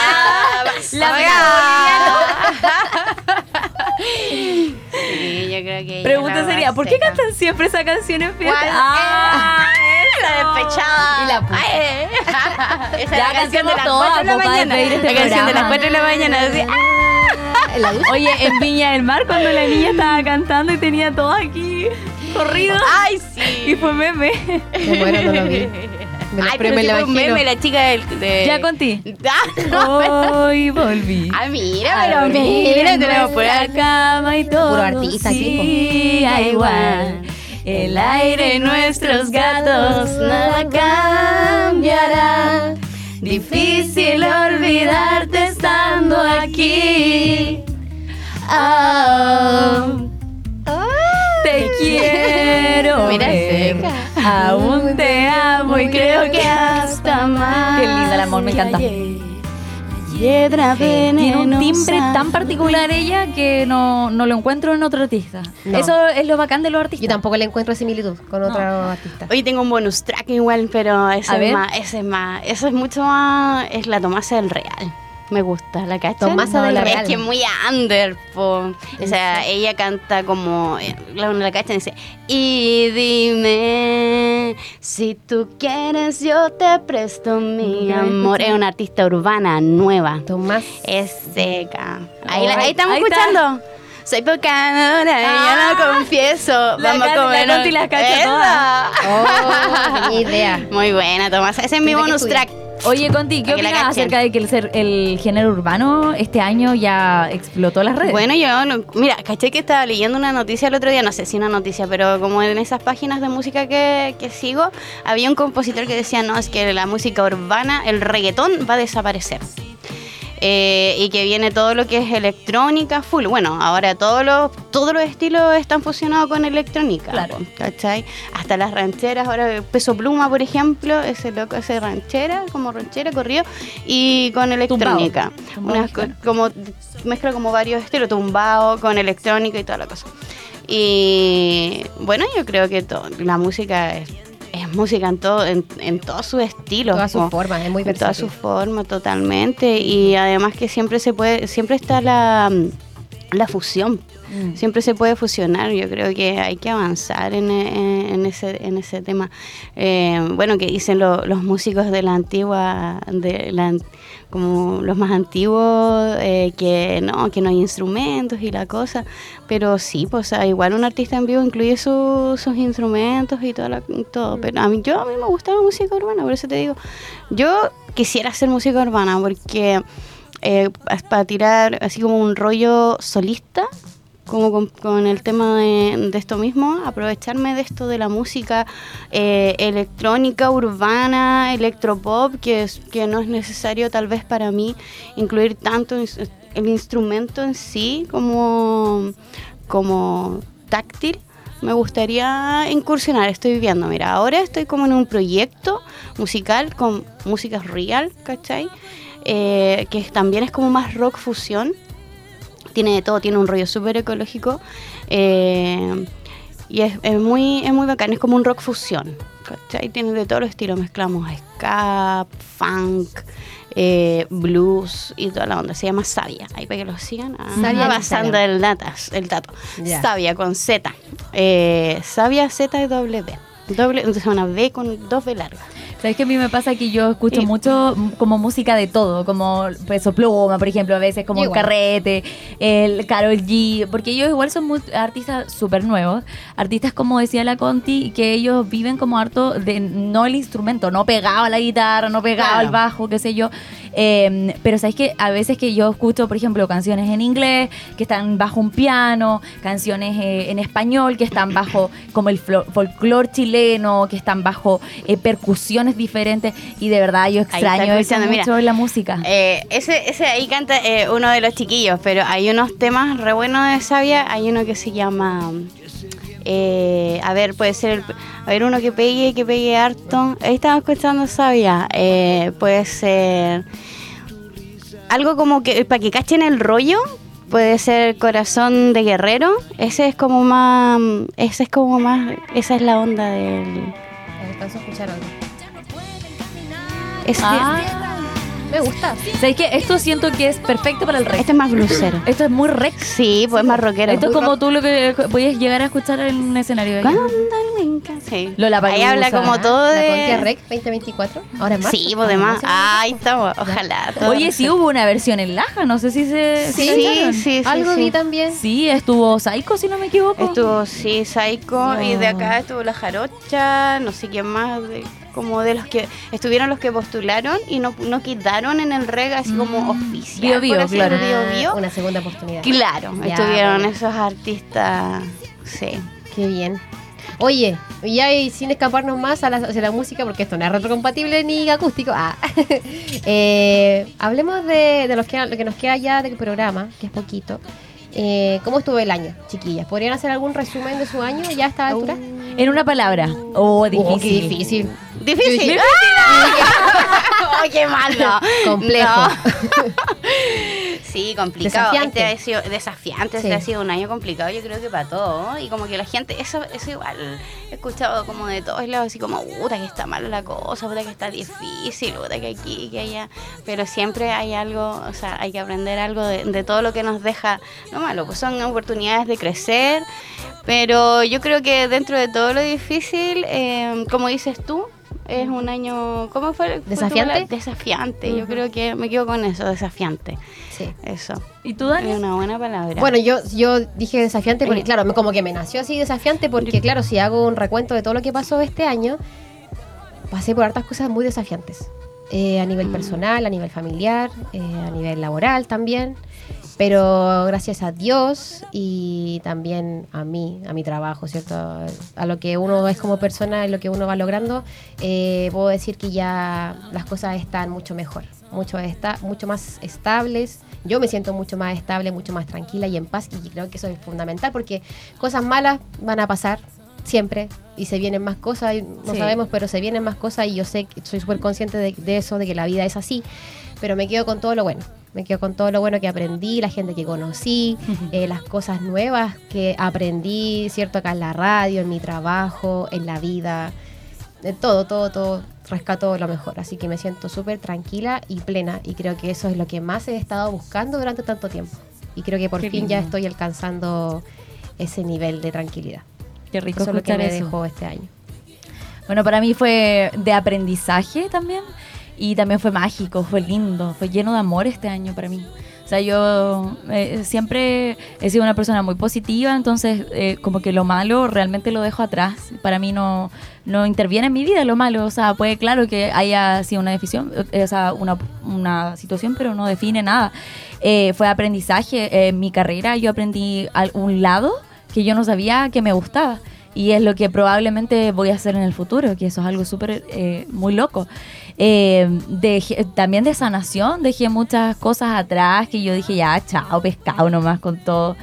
Sí, yo creo que ella Pregunta la sería, va ¿por qué seca. cantan siempre esa canción en fiesta? ¿Cuál? ¡Ah! Despechada. Y la puta. Esa es Ya la canción de cantemos las todas, 4 de la po, para mañana. despedir este La canción de las programa. 4 de la mañana. Así, La ducha. Oye, en Viña del Mar, cuando la niña estaba cantando y tenía todo aquí corrido. ¡Ay, sí! Y fue meme. Me muero, no lo vi. Ay, pero me sí la fue un imagino. meme, la chica de... Ya conté. Ah, no. Hoy volví. Ah, mira, A pero dormir mira, en tenemos por nuestra ahí. cama y todo. Puro artista aquí, po. Sí, igual. El aire, nuestros gatos, nada cambiará. Difícil olvidarte estando aquí. Oh, te quiero Mira, ver. seca. Aún te amo y creo que hasta más. Qué linda, el amor, me encanta. Piedra Tiene un venenosa. timbre tan particular ella que no lo encuentro en otro artista. No. Eso es lo bacán de los Yo artistas. tampoco le encuentro similitud con otro artista. Hoy tengo un bonus track igual, pero A ese ver. eso es mucho más, es la Tomasa del Real. Me gusta, ¿la cachan? Tomasa del Real. Es que es muy under, po. O sea, ella canta como, la cachan dice, y dime, si tú quieres yo te presto mi amor. Es una artista urbana nueva. Tomás. Es seca. Ahí, Oh, ahí estamos ahí está. escuchando. Soy pecadora, yo lo confieso. Vamos a comer. Conti las cacha todas. Oh, tenía idea. Muy buena, Tomás. Ese es mi Tiene que bonus estudiar. track. Oye, Conti, ¿qué Para que la opinas cachen. acerca de que el género urbano este año ya explotó las redes? Bueno, mira, caché que estaba leyendo una noticia el otro día, no sé si una noticia, pero como en esas páginas de música que sigo, había un compositor que decía, no, es que la música urbana, el reggaetón va a desaparecer. Y que viene todo lo que es electrónica full. Bueno, ahora todos los estilos están fusionados con electrónica. Claro. ¿Cachai? Hasta las rancheras, ahora Peso Pluma, por ejemplo, ese loco hace ranchera, como ranchera, corrido, y con electrónica. Tumbado Unas mexicano. como mezcla como varios estilos, tumbado con electrónica y toda la cosa. Y bueno, yo creo que la música es música en todos sus estilos. Todas sus po. formas, es muy En todas versátil. sus formas, totalmente. Y además que siempre está la fusión. Siempre se puede fusionar. Yo creo que hay que avanzar en ese tema. Bueno, que dicen los músicos de la antigua, como los más antiguos, que no hay instrumentos y la cosa. Pero sí, pues igual un artista en vivo incluye sus instrumentos y todo. Pero a mí me gusta la música urbana, por eso te digo. Yo quisiera hacer música urbana porque para tirar así como un rollo solista, como con el tema de esto mismo, aprovecharme de esto de la música electrónica, urbana, electropop, que no es necesario tal vez para mí incluir tanto el instrumento en sí como táctil. Me gustaría incursionar, estoy viendo, mira, ahora estoy como en un proyecto musical con música real, ¿cachai? Que también es como más rock fusión. Tiene de todo, tiene un rollo súper ecológico y es muy bacán, es como un rock fusión, ¿cachai? Tiene de todos los estilos, mezclamos ska, funk, blues y toda la onda. Se llama Savia, ahí para que lo sigan. Savia en Basando Instagram. el dato. Ya. Savia con Z, Savia Z-W, entonces una B con 2 B largas. ¿Sabes que a mí me pasa que yo escucho Y- mucho como música de todo, como Peso Pluma, por ejemplo, a veces como el Igual. Carrete, el Karol G, porque ellos igual son artistas súper nuevos, artistas como decía la Conti, que ellos viven como harto de no el instrumento, no pegado a la guitarra, no pegado Claro. al bajo, qué sé yo, pero sabes que a veces que yo escucho, por ejemplo, canciones en inglés que están bajo un piano, canciones en español que están bajo como el folclore chileno, que están bajo percusiones diferentes, y de verdad yo está extraño eso escuchando, mira. mucho en la música. Ese ahí canta uno de los chiquillos, pero hay unos temas re buenos de Savia. Hay uno que se llama a ver, puede ser uno que pegue harto. Ahí estamos escuchando Savia. Puede ser algo como que para que cachen el rollo. Puede ser Corazón de Guerrero. Esa es la onda del. Alcanzo a escuchar algo. Me gusta. ¿Sabes qué? Esto siento que es perfecto para el rec. Este es más blusero. Esto es muy rec. Sí, pues más rockero. Esto es como tú lo que puedes llegar a escuchar en un escenario de aquí. Cuando el wind can- Sí. Lollapalooza. Ahí habla como todo La Conti de. Rec 2024. Ahora es más. Sí, pues demás. Ahí estamos. Ojalá. todo Oye, sí eso. hubo una versión en Laja, no sé si se... Sí, si cacharon. sí. Algo vi también. Sí, estuvo Psycho, si no me equivoco. Estuvo, sí, Psycho, y de acá estuvo La Jarocha, no sé quién más, como de los que estuvieron los que postularon y no quedaron en el reg así como oficial. Bio, por así claro. decirlo, Bio. Una segunda oportunidad. Claro, Ya, estuvieron bueno. esos artistas, sí. Qué bien. Oye, ya y sin escaparnos más hacia la música, porque esto no es retrocompatible ni acústico. Hablemos de lo que nos queda ya del programa, que es poquito. ¿Cómo estuvo el año, chiquillas? ¿Podrían hacer algún resumen de su año ya a esta altura? En una palabra. Oh, difícil. Qué difícil. Difícil. qué malo. Complejo. No. Sí, complicado. Desafiante. Este ha sido desafiante, Sí. este ha sido un año complicado, yo creo que para todos, ¿no? Y como que la gente, eso igual, he escuchado como de todos lados, así como, puta que está mal la cosa, puta que está difícil, puta que aquí, que allá. Pero siempre hay algo, o sea, hay que aprender algo de todo lo que nos deja, no malo, pues son oportunidades de crecer. Pero yo creo que dentro de todo lo difícil, como dices tú, es un año, ¿cómo fue? ¿Desafiante? Desafiante, yo creo que me quedo con eso, desafiante. Sí. Eso, ¿Y tú, Dani? es una buena palabra. Bueno, yo dije desafiante porque, claro, como que me nació así desafiante porque, claro, si hago un recuento de todo lo que pasó este año, pasé por hartas cosas muy desafiantes. A nivel personal, a nivel familiar, a nivel laboral también. Pero gracias a Dios y también a mi trabajo, ¿cierto? A lo que uno es como persona, lo que uno va logrando, puedo decir que ya las cosas están mucho mejor, mucho más estables. Yo me siento mucho más estable, mucho más tranquila y en paz, y creo que eso es fundamental porque cosas malas van a pasar siempre y se vienen más cosas, no Sí. sabemos, pero se vienen más cosas y yo sé que soy súper consciente de eso, de que la vida es así, pero me quedo con todo lo bueno. Me quedo con todo lo bueno que aprendí, la gente que conocí, las cosas nuevas que aprendí, ¿cierto? Acá en la radio, en mi trabajo, en la vida, todo, rescato lo mejor. Así que me siento súper tranquila y plena y creo que eso es lo que más he estado buscando durante tanto tiempo. Y creo que por Qué fin ya lindo. estoy alcanzando ese nivel de tranquilidad. Qué rico Eso es lo que escuchar me eso. dejó este año. Bueno, para mí fue de aprendizaje también y también fue mágico, fue lindo, fue lleno de amor este año para mí. O sea, yo siempre he sido una persona muy positiva, entonces como que lo malo realmente lo dejo atrás. Para mí no interviene en mi vida lo malo. O sea, puede claro que haya sido una decisión, o sea, una situación, pero no define nada. Fue aprendizaje. En mi carrera yo aprendí un lado que yo no sabía que me gustaba. Y es lo que probablemente voy a hacer en el futuro, que eso es algo súper, muy loco. También de sanación, dejé muchas cosas atrás que yo dije, ya, chao, pescado nomás con todo.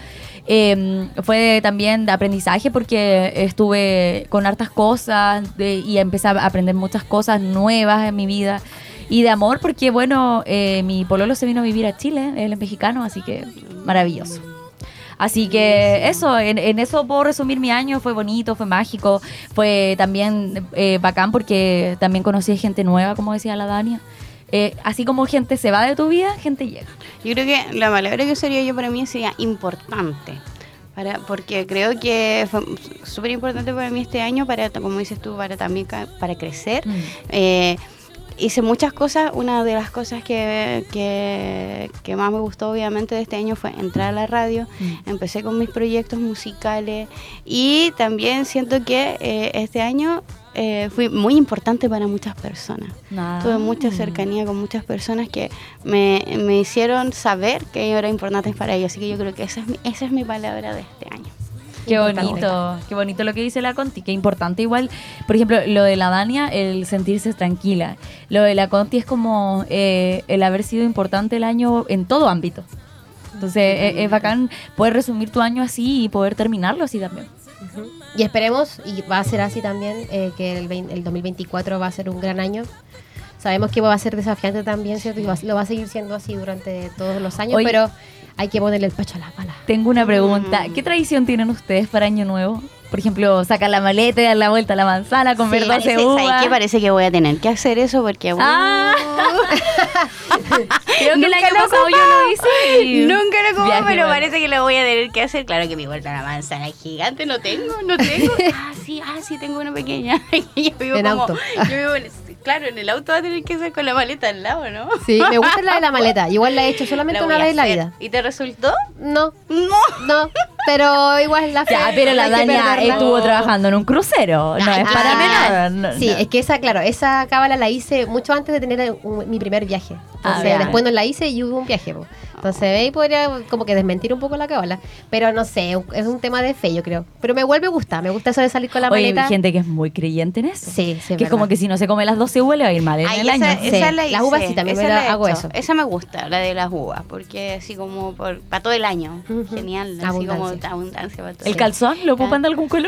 Fue también de aprendizaje porque estuve con hartas cosas y empecé a aprender muchas cosas nuevas en mi vida. Y de amor porque, bueno, mi pololo se vino a vivir a Chile, él es mexicano, así que maravilloso. Así que eso, en eso puedo resumir mi año. Fue bonito, fue mágico, fue también bacán porque también conocí gente nueva, como decía la Dania. Así como gente se va de tu vida, gente llega. Yo creo que la palabra que usaría yo para mí sería importante. Porque creo que fue súper importante para mí este año, como dices tú, para crecer. Hice muchas cosas. Una de las cosas que más me gustó obviamente de este año fue entrar a la radio. Empecé con mis proyectos musicales y también siento que este año fui muy importante para muchas personas. Tuve mucha cercanía con muchas personas que me hicieron saber que yo era importante para ellos. Así que yo creo que esa es mi palabra de este año. Qué bonito lo que dice la Conti, qué importante igual. Por ejemplo, lo de la Dania, el sentirse tranquila. Lo de la Conti es como el haber sido importante el año en todo ámbito. Entonces es bacán poder resumir tu año así y poder terminarlo así también. Y esperemos, y va a ser así también, que el 2024 va a ser un gran año. Sabemos que va a ser desafiante también, ¿cierto? Y lo va a seguir siendo así durante todos los años, Oye, pero hay que ponerle el pecho a la bala. Tengo una pregunta. ¿Qué tradición tienen ustedes para Año Nuevo? Por ejemplo, sacar la maleta y dar la vuelta a la manzana, comer 12 uvas. ¿Qué parece que voy a tener que hacer eso? Porque creo que el año pasado yo lo hice y nunca lo como, viaje, pero bueno. parece que lo voy a tener que hacer. Claro que mi vuelta a la manzana es gigante, no tengo. Sí, tengo una pequeña. Yo vivo En auto. Yo vivo claro, en el auto va a tener que ser con la maleta al lado, ¿no? Sí, me gusta la de la maleta. Igual la he hecho solamente La una voy a vez en la hacer. vida. ¿Y te resultó? No, No. pero igual la fe. Ya, pero la hay que Dania perderla. estuvo trabajando en un crucero. No es para menor. No, Sí, no. es que esa cábala la hice mucho antes de tener mi primer viaje. Entonces, ya. después no la hice y hubo un viaje. Po. Entonces, ahí podría como que desmentir un poco la cábala. Pero no sé, es un tema de fe, yo creo. Pero me gusta eso de salir con la Oye, maleta. hay gente que es muy creyente en eso. Sí, sí, que es como que si no se come las 12 uvas le va a ir mal en Ay, el año. esa la hice. Las uvas sí, también esa me la he hago hecho. eso. Esa me gusta, la de las uvas, porque así como para todo el año. Ujú. Genial, así Abundancia. como abundancia para todo ¿El calzón lo ocupan de algún color?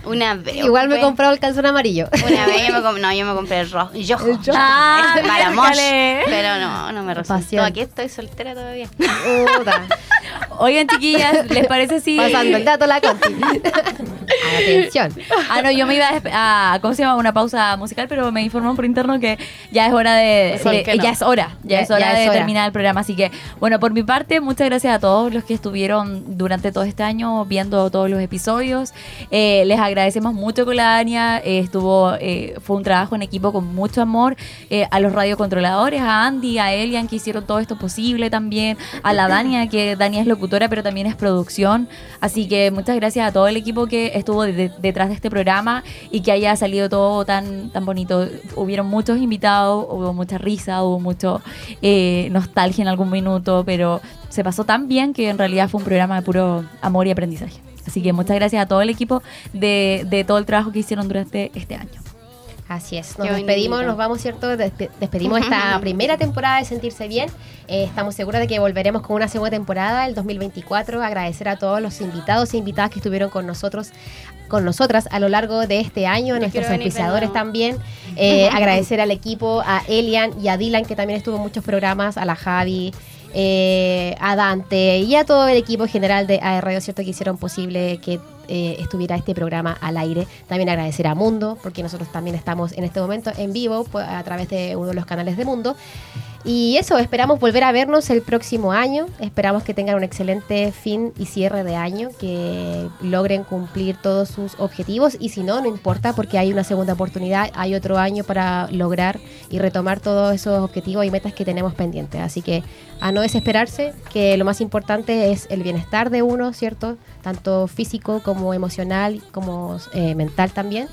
Una vez. Igual me he comprado el calzón amarillo. Una vez yo me compré el rojo. Ah, Para mosh. mírale. Pero no me resultó. Pasión. Aquí estoy soltera todavía. Puta. Oigan, chiquillas, ¿les parece si...? Pasando el dato a la Conti. Atención. No, yo me iba a ¿cómo se llama? Una pausa musical, pero me informó por interno que ya es hora de ¿Por qué no? ya es hora Ya de es hora. terminar el programa. Así que, bueno, por mi parte, muchas gracias a todos los que estuvieron durante todo este año viendo todos los episodios. Les agradecemos mucho con la Dania. Fue un trabajo en equipo con mucho amor. A los radiocontroladores, a Andy, a Elian, que hicieron todo esto posible también. A la Dania, que Dania es locutora, pero también es producción. Así que muchas gracias a todo el equipo que estuvo detrás de este programa y que haya salido todo tan bonito. Hubieron muchos invitados, hubo mucha risa, hubo mucho nostalgia en algún minuto, pero se pasó tan bien que en realidad fue un programa de puro amor y aprendizaje. Así que muchas gracias a todo el equipo de todo el trabajo que hicieron durante este año. Así es, nos Qué despedimos, bonito. nos vamos, ¿cierto? Despedimos esta primera temporada de Sentirse Bien. Estamos seguros de que volveremos con una segunda temporada, el 2024. Agradecer a todos los invitados e invitadas que estuvieron con nosotras a lo largo de este año, Yo nuestros quiero venir de auspiciadores nuevo. también. Agradecer al equipo, a Elian y a Dylan, que también estuvo en muchos programas, a la Javi, a Dante y a todo el equipo general de AR Radio, ¿cierto? Que hicieron posible que estuviera este programa al aire. También agradecer a Mundo, porque nosotros también estamos en este momento en vivo pues, a través de uno de los canales de Mundo. Y eso, esperamos volver a vernos el próximo año. Esperamos que tengan un excelente fin y cierre de año, que logren cumplir todos sus objetivos. Y si no, no importa, porque hay una segunda oportunidad, hay otro año para lograr y retomar todos esos objetivos y metas que tenemos pendientes. Así que a no desesperarse, que lo más importante es el bienestar de uno, ¿cierto? Tanto físico como emocional, como mental también.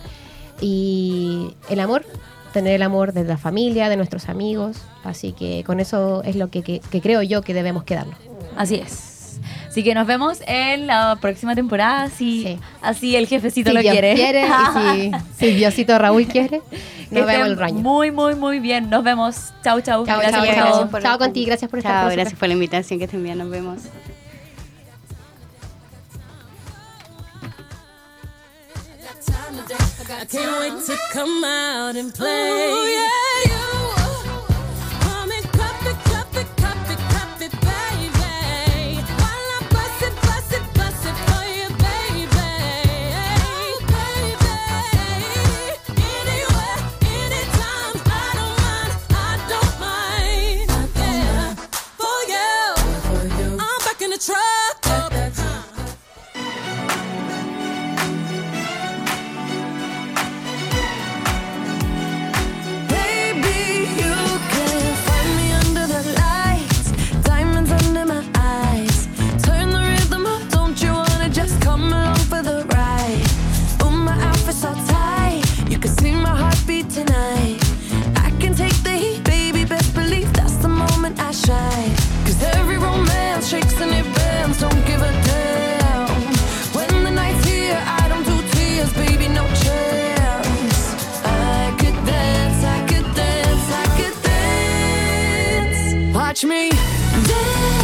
Y el amor, tener el amor de la familia, de nuestros amigos. Así que con eso es lo que creo yo que debemos quedarnos. Así es. Así que nos vemos en la próxima temporada, si Sí. así el jefecito Si lo Dios quiere. y si Diosito Raúl quiere, nos vemos el año. Muy bien. Nos vemos. Chau. Chao, Gracias chao, por chao. todo. Chao Conti, gracias por estar Chao, con nosotros. gracias por la invitación, que estén bien, nos vemos. I can't wait to come out and play. Ooh, yeah, you. Come and cup it, baby. While I bust it for you, baby. Anywhere, anytime, I don't mind. Yeah, for you. I'm back in the truck. Baby, you can find me under the lights, diamonds under my eyes. Turn the rhythm up, don't you wanna just come along for the ride? Oh, my outfit's all tight, you can see my heartbeat tonight. I can take the heat, baby, best believe that's the moment I shine. 'Cause every romance shakes and it bends, don't give a damn. When the night's here, I don't do tears, baby, no chance. I could dance, I could dance, I could dance. Watch me dance.